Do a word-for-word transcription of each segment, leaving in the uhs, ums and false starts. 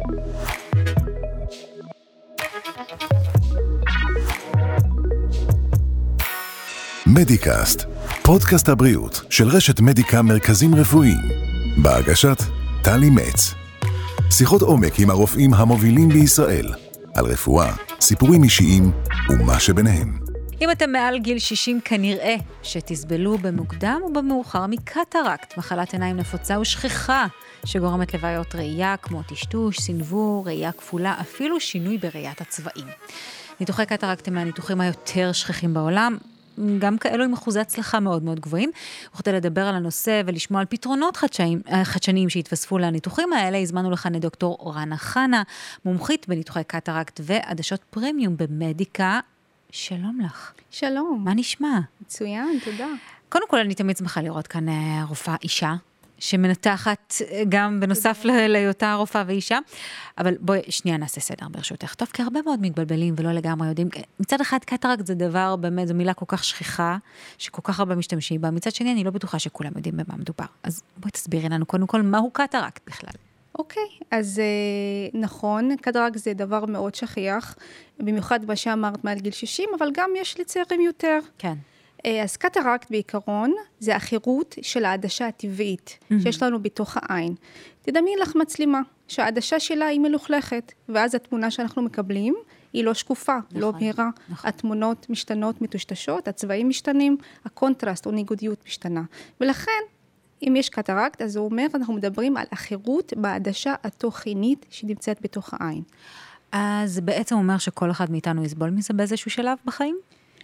מדיקאסט, פודקאסט הבריאות של רשת מדיקה מרכזים רפואיים, בהגשת טלי מצ. שיחות עומק עם הרופאים המובילים בישראל, על רפואה, סיפורים אישיים ומה שביניהם. אם אתם מעל גיל שישים כנראה שתסבלו במוקדם ובמאוחר מקטרקט, מחלת עיניים נפוצה ושכיחה שגורמת לבעיות ראייה כמו טשטוש, סנוור, ראייה כפולה, אפילו שינוי בראיית הצבעים. ניתוחי קטרקט הם מהניתוחים היותר שכיחים בעולם, גם כאלו עם אחוזי הצלחה מאוד מאוד גבוהים. וכדי לדבר על הנושא ולשמוע על פתרונות חדשניים, חדשניים שהתווספו לניתוחים האלה, הזמנו לכאן את דוקטור אורנה חנה, מומחית בניתוחי קטרקט ועדשות פרימיום במדיקה. שלום לך. שלום. מה נשמע? מצוין, תודה. קודם כל, אני תמיד שמחה לראות כאן רופאה אישה, שמנתחת גם בנוסף להיותה רופאה ואישה. אבל בואי, שנייה נעשה סדר ברשותך. טוב, כי הרבה מאוד מתבלבלים ולא לגמרי יודעים. מצד אחד, קטרקט זה דבר, באמת, זו מילה כל כך שכיחה, שכל כך הרבה משתמשים בה. מצד שני, אני לא בטוחה שכולם יודעים במה מדובר. אז בואי תסבירי לנו קודם כל, מהו קטרקט בכלל? אוקיי, אז נכון, קטרקט זה דבר מאוד שכיח, במיוחד מה שאמרת מעל גיל שישים, אבל גם יש לצעירים יותר. כן. אז קטרקט בעיקרון זה החירות של העדשה הטבעית mm-hmm. שיש לנו בתוך העין. תדמיין לך מצלמה, שהעדשה שלה היא מלוכלכת, ואז התמונה שאנחנו מקבלים היא לא שקופה, נכון, לא מהירה. נכון. התמונות משתנות, מטושטשות, הצבעים משתנים, הקונטרסט או ניגודיות משתנה. ולכן, אם יש קטרקט, אז הוא אומר, אנחנו מדברים על החירות בעדשה התוכנית שנמצאת בתוך העין. אז בעצם אומר שכל אחד מאיתנו יסבול מזה באיזשהו שלב בחיים?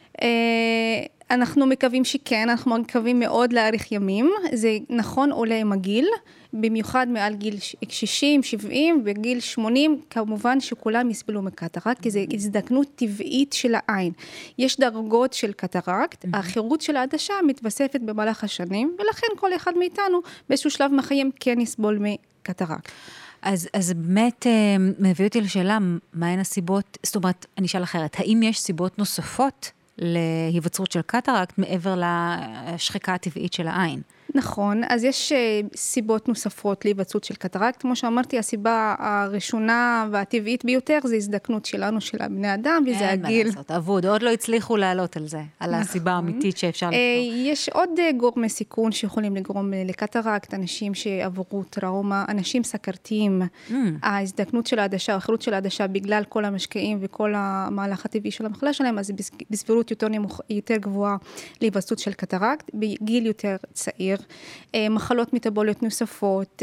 אנחנו מקווים שכן, אנחנו מקווים מאוד להאריך ימים, זה נכון עולה עם הגיל, במיוחד מעל גיל שישים, שבעים, בגיל שמונים, כמובן שכולם יסבלו מקטרקט, כי זה הזדקנות טבעית של העין. יש דרגות של קטרקט, החירות של העדשה מתווספת במהלך השנים, ולכן כל אחד מאיתנו באיזשהו שלב מחיים כן יסבול מקטרקט. אז, אז באמת מביא אותי לשאלה, מהן הסיבות, זאת אומרת, אני אשאל אחרת, האם יש סיבות נוספות להיווצרות של קטרקט מעבר לשחיקה הטבעית של העין? נכון, אז יש סיבות נוספות להיווצרות של קטרקט. כמו שאמרתי, הסיבה הראשונה והטבעית ביותר זה הזדקנות שלנו, של בני אדם, וזה הגיל. אין מה לעשות, אבוד, עוד לא הצליחו לעלות על זה, על הסיבה האמיתית שאפשר לפתור. יש עוד גורמי סיכון שיכולים לגרום לקטרקט, אנשים שעברו טראומה, אנשים סכרתיים, ההזדקנות של העדשה, האחרות של העדשה, בגלל כל המשקעים וכל המהלך הטבעי של המחלה שלהם, אז בסבירות יותר נמוך, יותר גבוהה להיווצרות של קטרקט, בגיל יותר צעיר. מחלות מטבוליות נוספות,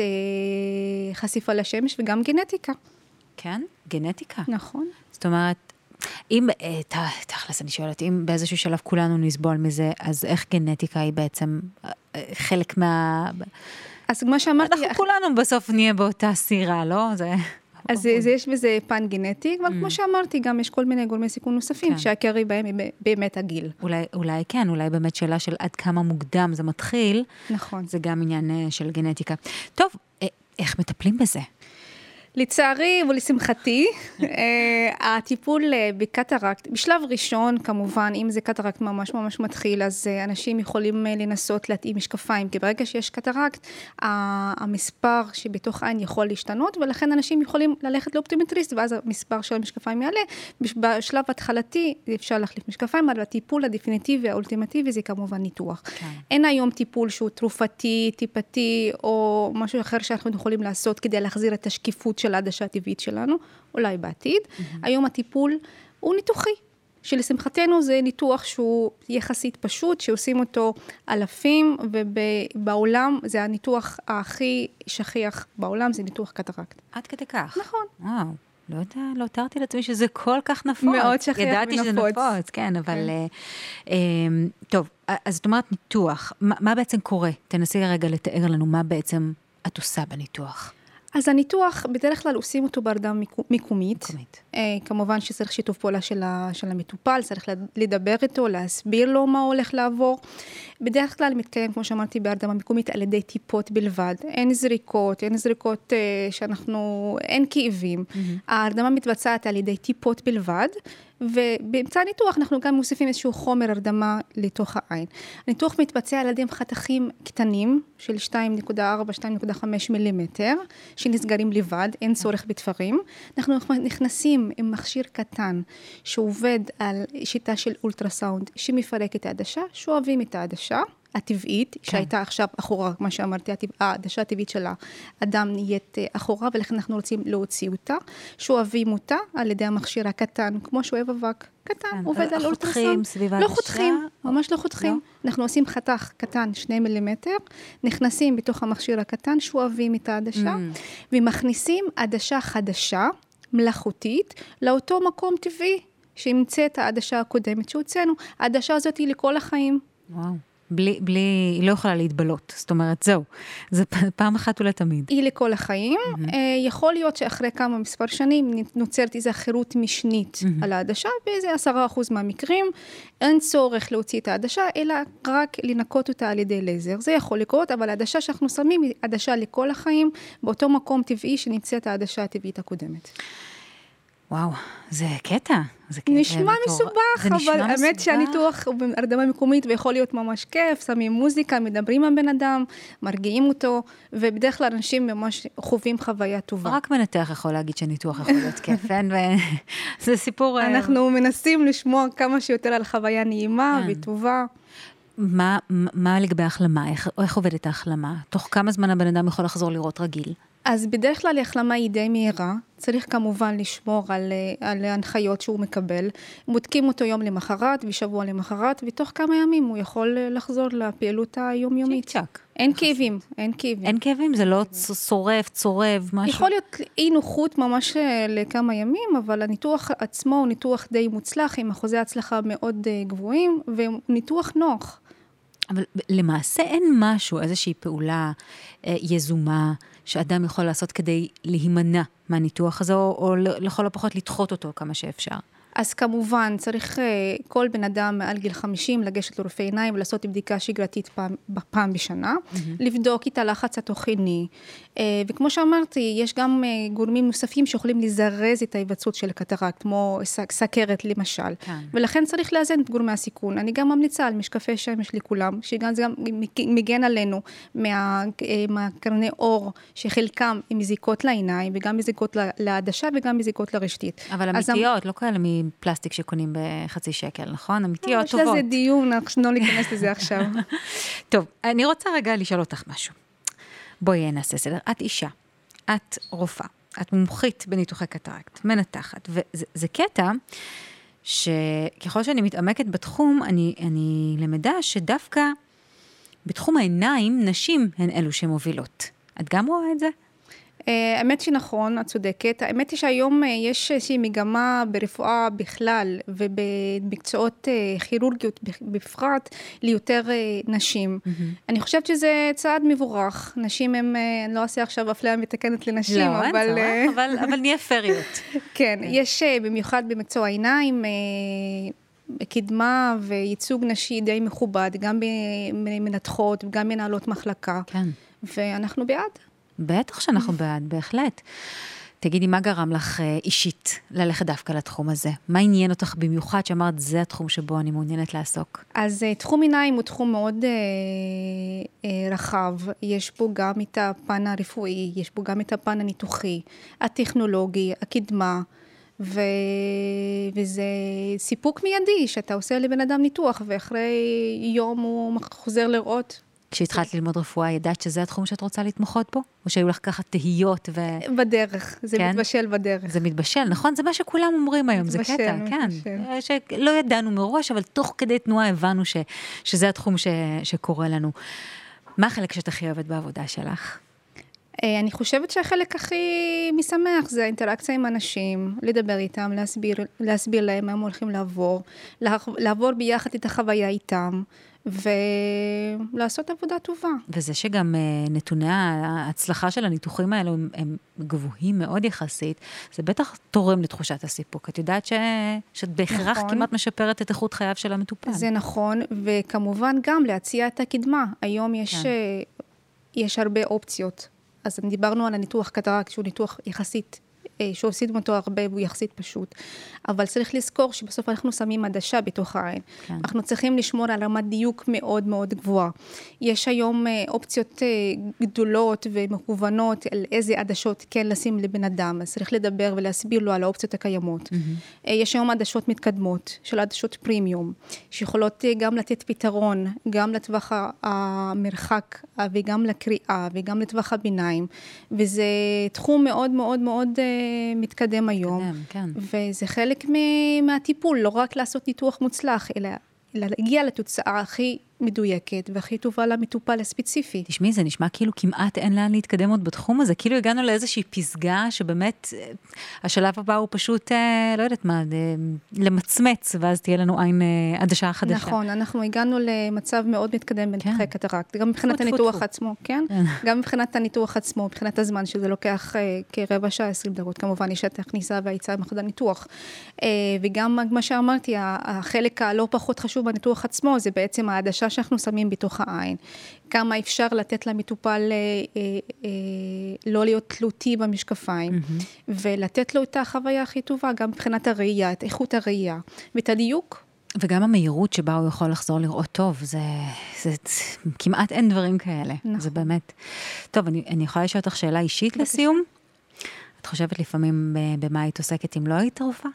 חשיפה לשמש וגם גנטיקה. כן? גנטיקה? נכון. זאת אומרת, אם, תכלס אני שואלת, אם באיזשהו שלב כולנו נסבול מזה, אז איך גנטיקה היא בעצם חלק מה... אז מה שאמרתי... אנחנו כולנו בסוף נהיה באותה סירה, לא? זה... אז זה, יש בזה פן גנטי, אבל mm. כמו שאמרתי, גם יש כל מיני גורמי סיכון נוספים, כן. שהעיקרי בהם היא באמת הגיל. אולי, אולי כן, אולי באמת שאלה של עד כמה מוקדם זה מתחיל. נכון. זה גם עניין של גנטיקה. טוב, איך מטפלים בזה? לצערי ולשמחתי, הטיפול בקטרקט, בשלב ראשון כמובן, אם זה קטרקט ממש ממש מתחיל, אז אנשים יכולים לנסות להתאים משקפיים, כי ברגע שיש קטרקט, המספר שבתוך העין יכול להשתנות, ולכן אנשים יכולים ללכת לאופטומטריסט, ואז המספר של המשקפיים יעלה. בשלב התחלתי אפשר להחליף משקפיים, אבל הטיפול הדפיניטיבי, האולטימטיבי, זה כמובן ניתוח. כן. אין היום טיפול שהוא תרופתי, טיפתי, או משהו אחר שאנחנו יכולים לעשות כדי להחזיר את השקיפות של העדשה הטבעית שלנו, אולי בעתיד. Mm-hmm. היום הטיפול הוא ניתוחי, שלשמחתנו זה ניתוח שהוא יחסית פשוט, שעושים אותו אלפים, ובעולם זה הניתוח הכי שכיח בעולם, זה ניתוח קטרקט. עד כדי כך? נכון. וואו, לא יודע, לא תרתי לעצמי שזה כל כך נפוץ. מאוד שכיח ונפוץ. ידעתי שזה נפוץ, כן, אבל... כן. אה, טוב, אז זאת אומרת ניתוח, מה, מה בעצם קורה? תנסי רגע לתאר לנו מה בעצם את עושה בניתוח. אז הניתוח, בדרך כלל עושים אותו בהרדמה מקומית. מקומית. אה, כמובן שצריך שיתוף פעולה של, של המטופל, צריך לדבר איתו, להסביר לו מה הולך לעבור. בדרך כלל מתקיים, כמו שאמרתי, בהרדמה מקומית על ידי טיפות בלבד. אין זריקות, אין זריקות אה, שאנחנו, אין כאבים. Mm-hmm. ההרדמה מתבצעת על ידי טיפות בלבד, ובאמצע הניתוח אנחנו גם מוסיפים איזשהו חומר הרדמה לתוך העין. הניתוח מתבצע על ידי חתכים קטנים של שתיים נקודה ארבע עד שתיים נקודה חמש מילימטר, שנסגרים לבד, אין צורך בתפרים. אנחנו נכנסים עם מכשיר קטן שעובד על שיטה של אולטרסאונד שמפרק את העדשה, שואבים את העדשה הטבעית, כן. שהייתה עכשיו אחורה, מה שאמרתי, העדשה הטבעית של האדם נהיית אחורה, ולכן אנחנו רוצים להוציא אותה, שואבים אותה על ידי המכשיר הקטן, כמו שואב אבק קטן, כן. עובד על אולטרסאונד. לא חותכים, ממש לא חותכים. לא. אנחנו עושים חתך קטן, שני מילימטר, נכנסים בתוך המכשיר הקטן, שואבים את העדשה, mm. ומכניסים עדשה חדשה, מלאכותית, לאותו מקום טבעי, שימצא את העדשה הקודמת שהוצאנו. העדשה הזאת היא לכל החיים. וואו. בלי, בלי, היא לא יכולה להתבלות, זאת אומרת, זהו, זה פעם אחת ולתמיד. היא לכל החיים, mm-hmm. יכול להיות שאחרי כמה מספר שנים נוצרת איזו חירות משנית mm-hmm. על העדשה, באיזה עשרה אחוז מהמקרים, אין צורך להוציא את העדשה, אלא רק לנקות אותה על ידי לייזר. זה יכול לקרות, אבל העדשה שאנחנו שמים היא עדשה לכל החיים, באותו מקום טבעי שנמצאת העדשה הטבעית הקודמת. וואו, זה קטע. זה נשמע מסובך, אבל האמת שהניתוח הוא בהרדמה מקומית ויכול להיות ממש כיף, שמים מוזיקה, מדברים עם בן אדם, מרגיעים אותו, ובדרך כלל אנשים ממש חווים חוויה טובה. רק מנתח יכול להגיד שניתוח יכול להיות כיף, זה סיפור... אנחנו מנסים לשמוע כמה שיותר על חוויה נעימה וטובה. מה לגבי ההחלמה? איך עובדת ההחלמה? תוך כמה זמן הבן אדם יכול לחזור לראות רגיל? אז בדרך כלל ההחלמה היא די מהירה, צריך כמובן לשמור על, על ההנחיות שהוא מקבל, בודקים אותו יום למחרת ושבוע למחרת, ותוך כמה ימים הוא יכול לחזור לפעילות היומיומית. צ'ק צ'ק. אין כאבים, אין כאבים. אין כאבים? זה לא שורף, צורב, משהו? יכול להיות אי נוחות ממש לכמה ימים, אבל הניתוח עצמו הוא ניתוח די מוצלח, עם אחוזי הצלחה מאוד גבוהים, וניתוח נוח. אבל למעשה אין משהו, איזושהי פעולה אה, יזומה, שאדם יכול לעשות כדי להימנע מהניתוח הזה, או, או לכל הפחות לדחות אותו כמה שאפשר. אז כמובן, צריך כל בן אדם מעל גיל חמישים לגשת לרופא עיניים ולעשות בדיקה שגרתית פעם, פעם בשנה, mm-hmm. לבדוק את הלחץ התוכני, וכמו שאמרתי, יש גם גורמים נוספים שיכולים לזרז את ההיווצרות של הקטרקט, כמו סכרת למשל, כן. ולכן צריך לאזן את גורמי הסיכון. אני גם ממליצה על משקפי שמש לכולם, שגם זה גם מגן עלינו מה, מהקרני אור, שחלקם הם מזיקות לעיניים, וגם מזיקות לעדשה, וגם מזיקות לרשתית. אבל אמיתיות, לא כאלה מפלסטיק שקונים בחצי שקל, נכון? אמיתיות טובות. יש לזה דיון, לא ניכנס לזה עכשיו. טוב, אני רוצה רגע לשאול אותך משהו. בואי נעשה סדר. את אישה, את רופאה, את מומחית בניתוחי קטרקט, מנתחת, וזה קטע שככל שאני מתעמקת בתחום, אני, אני למדה שדווקא בתחום העיניים, נשים הן אלו שמובילות. את גם רואה את זה? האמת שנכון, את צודקת. האמת היא שהיום יש איזושהי מגמה ברפואה בכלל, ובמקצועות כירורגיות בפרט, ליותר נשים. Mm-hmm. אני חושבת שזה צעד מבורך. נשים הם, אני לא עושה עכשיו אפליה מתקנת לנשים, לא, אבל... לא, אבל, אבל נהיה פריות. כן, יש במיוחד במקצוע העיניים, קדמה וייצוג נשי די מכובד, גם במנתחות, גם מנהלות מחלקה. כן. ואנחנו בעד. בטח שאנחנו בעד, בהחלט. תגידי, מה גרם לך אישית ללכת דווקא לתחום הזה? מה עניין אותך במיוחד שאמרת, זה התחום שבו אני מעוניינת לעסוק? אז תחום עיניים הוא תחום מאוד אה, אה, רחב. יש פה גם את הפן הרפואי, יש פה גם את הפן הניתוחי, הטכנולוגי, הקדמה, ו... וזה סיפוק מיידי, שאתה עושה לבן אדם ניתוח, ואחרי יום הוא חוזר לראות. כשהתחלת ללמוד רפואה, ידעת שזה התחום שאת רוצה להתמחות פה? או שהיו לך ככה תהיות ו... בדרך, זה כן? מתבשל בדרך. זה מתבשל, נכון? זה מה שכולם אומרים היום, מתבשל, זה קטע, מתבשל. כן. שלא ידענו מראש, אבל תוך כדי תנועה הבנו ש... שזה התחום ש... שקורה לנו. מה החלק שאת הכי אוהבת בעבודה שלך? אני חושבת שהחלק הכי משמח זה האינטראקציה עם אנשים, לדבר איתם, להסביר, להסביר להם מה הם הולכים לעבור, לעבור ביחד את החוויה איתם, ולעשות עבודה טובה. וזה שגם נתוני ההצלחה של הניתוחים האלו הם, הם גבוהים מאוד יחסית, זה בטח תורם לתחושת הסיפוק. את יודעת ש... שאת בהכרח נכון. כמעט משפרת את איכות חייו של המטופל. זה נכון, וכמובן גם להציע את הקדמה. היום יש, כן. יש הרבה אופציות. אז דיברנו על הניתוח קטרקט, שהוא ניתוח יחסית שעושים אותו הרבה והוא יחסית פשוט. אבל צריך לזכור שבסוף אנחנו שמים עדשה בתוך העין. כן. אנחנו צריכים לשמור על רמת דיוק מאוד מאוד גבוהה. יש היום אופציות גדולות ומכוונות על איזה עדשות כן לשים לבן אדם. אז צריך לדבר ולהסביר לו על האופציות הקיימות. Mm-hmm. יש היום עדשות מתקדמות, של עדשות פרימיום, שיכולות גם לתת פתרון, גם לטווח המרחק וגם לקריאה וגם לטווח הביניים. וזה תחום מאוד מאוד מאוד מתקדם היום. מתקדם, כן. וזה חלק מהטיפול, לא רק לעשות ניתוח מוצלח, אלא להגיע לתוצאה הכי מדויקת והכי טובה למטופל הספציפי. תשמעי, זה נשמע כאילו כמעט אין לאן להתקדם עוד בתחום הזה, כאילו הגענו לאיזושהי פסגה שבאמת השלב הבא הוא פשוט, לא יודעת מה, למצמץ, ואז תהיה לנו עין עדשה חדשה. נכון, אנחנו הגענו למצב מאוד מתקדם בניתוחי קטרקט, גם מבחינת הניתוח עצמו, כן? גם מבחינת הניתוח עצמו, מבחינת הזמן שזה לוקח כרבע שעה, עשרים דקות, כמובן יש את הכניסה והיציאה מחדר ניתוח. וגם מה שאמרתי, החלק הלא פחות חשוב בניתוח עצמו, זה בעצם העדשה שאנחנו שמים בתוך העין. כמה אפשר לתת למטופל אה, אה, לא להיות תלותי במשקפיים, mm-hmm. ולתת לו את החוויה הכי טובה, גם מבחינת הראייה, את איכות הראייה, ואת הדיוק. וגם המהירות שבה הוא יכול לחזור לראות טוב, זה, זה, זה כמעט אין דברים כאלה. נכון. זה באמת. טוב, אני, אני יכולה לשאול אותך שאלה אישית לסיום? את חושבת לפעמים במה היית עוסקת אם לא היית רופאה?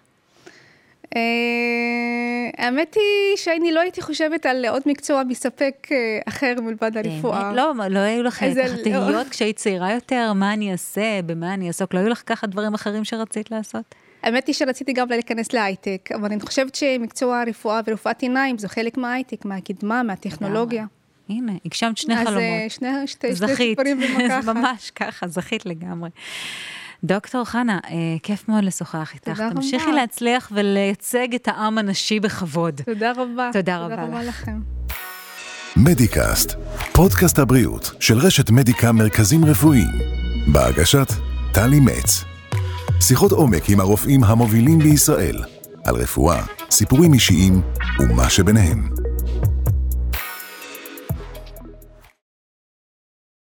האמת היא שאני לא הייתי חושבת על עוד מקצוע מספק אחר מלבד הרפואה. לא, לא היו לך תהיות כשהיית צעירה יותר, מה אני אעשה, במה אני אעסוק, לא היו לך ככה דברים אחרים שרצית לעשות? האמת היא שרציתי גם להיכנס להייטק, אבל אני חושבת שמקצוע הרפואה ורפואת עיניים זה חלק מההייטק, מהקדמה, מהטכנולוגיה. הנה, הגשמת שני חלומות. אז שני, שתי, שתי סיפורים במקחה. ממש ככה, זכית לגמרי. דוקטור חנה, כיף מאוד לשוחח איתך. תודה רבה. תמשיכי להצליח ולייצג את העם הנשי בכבוד. תודה רבה. תודה רבה לך. תודה רבה לכם. מדיקאסט, פודקאסט הבריאות של רשת מדיקה מרכזים רפואיים. בהגשת טלי מצ. שיחות עומק עם הרופאים המובילים בישראל. על רפואה, סיפורים אישיים ומה שביניהם.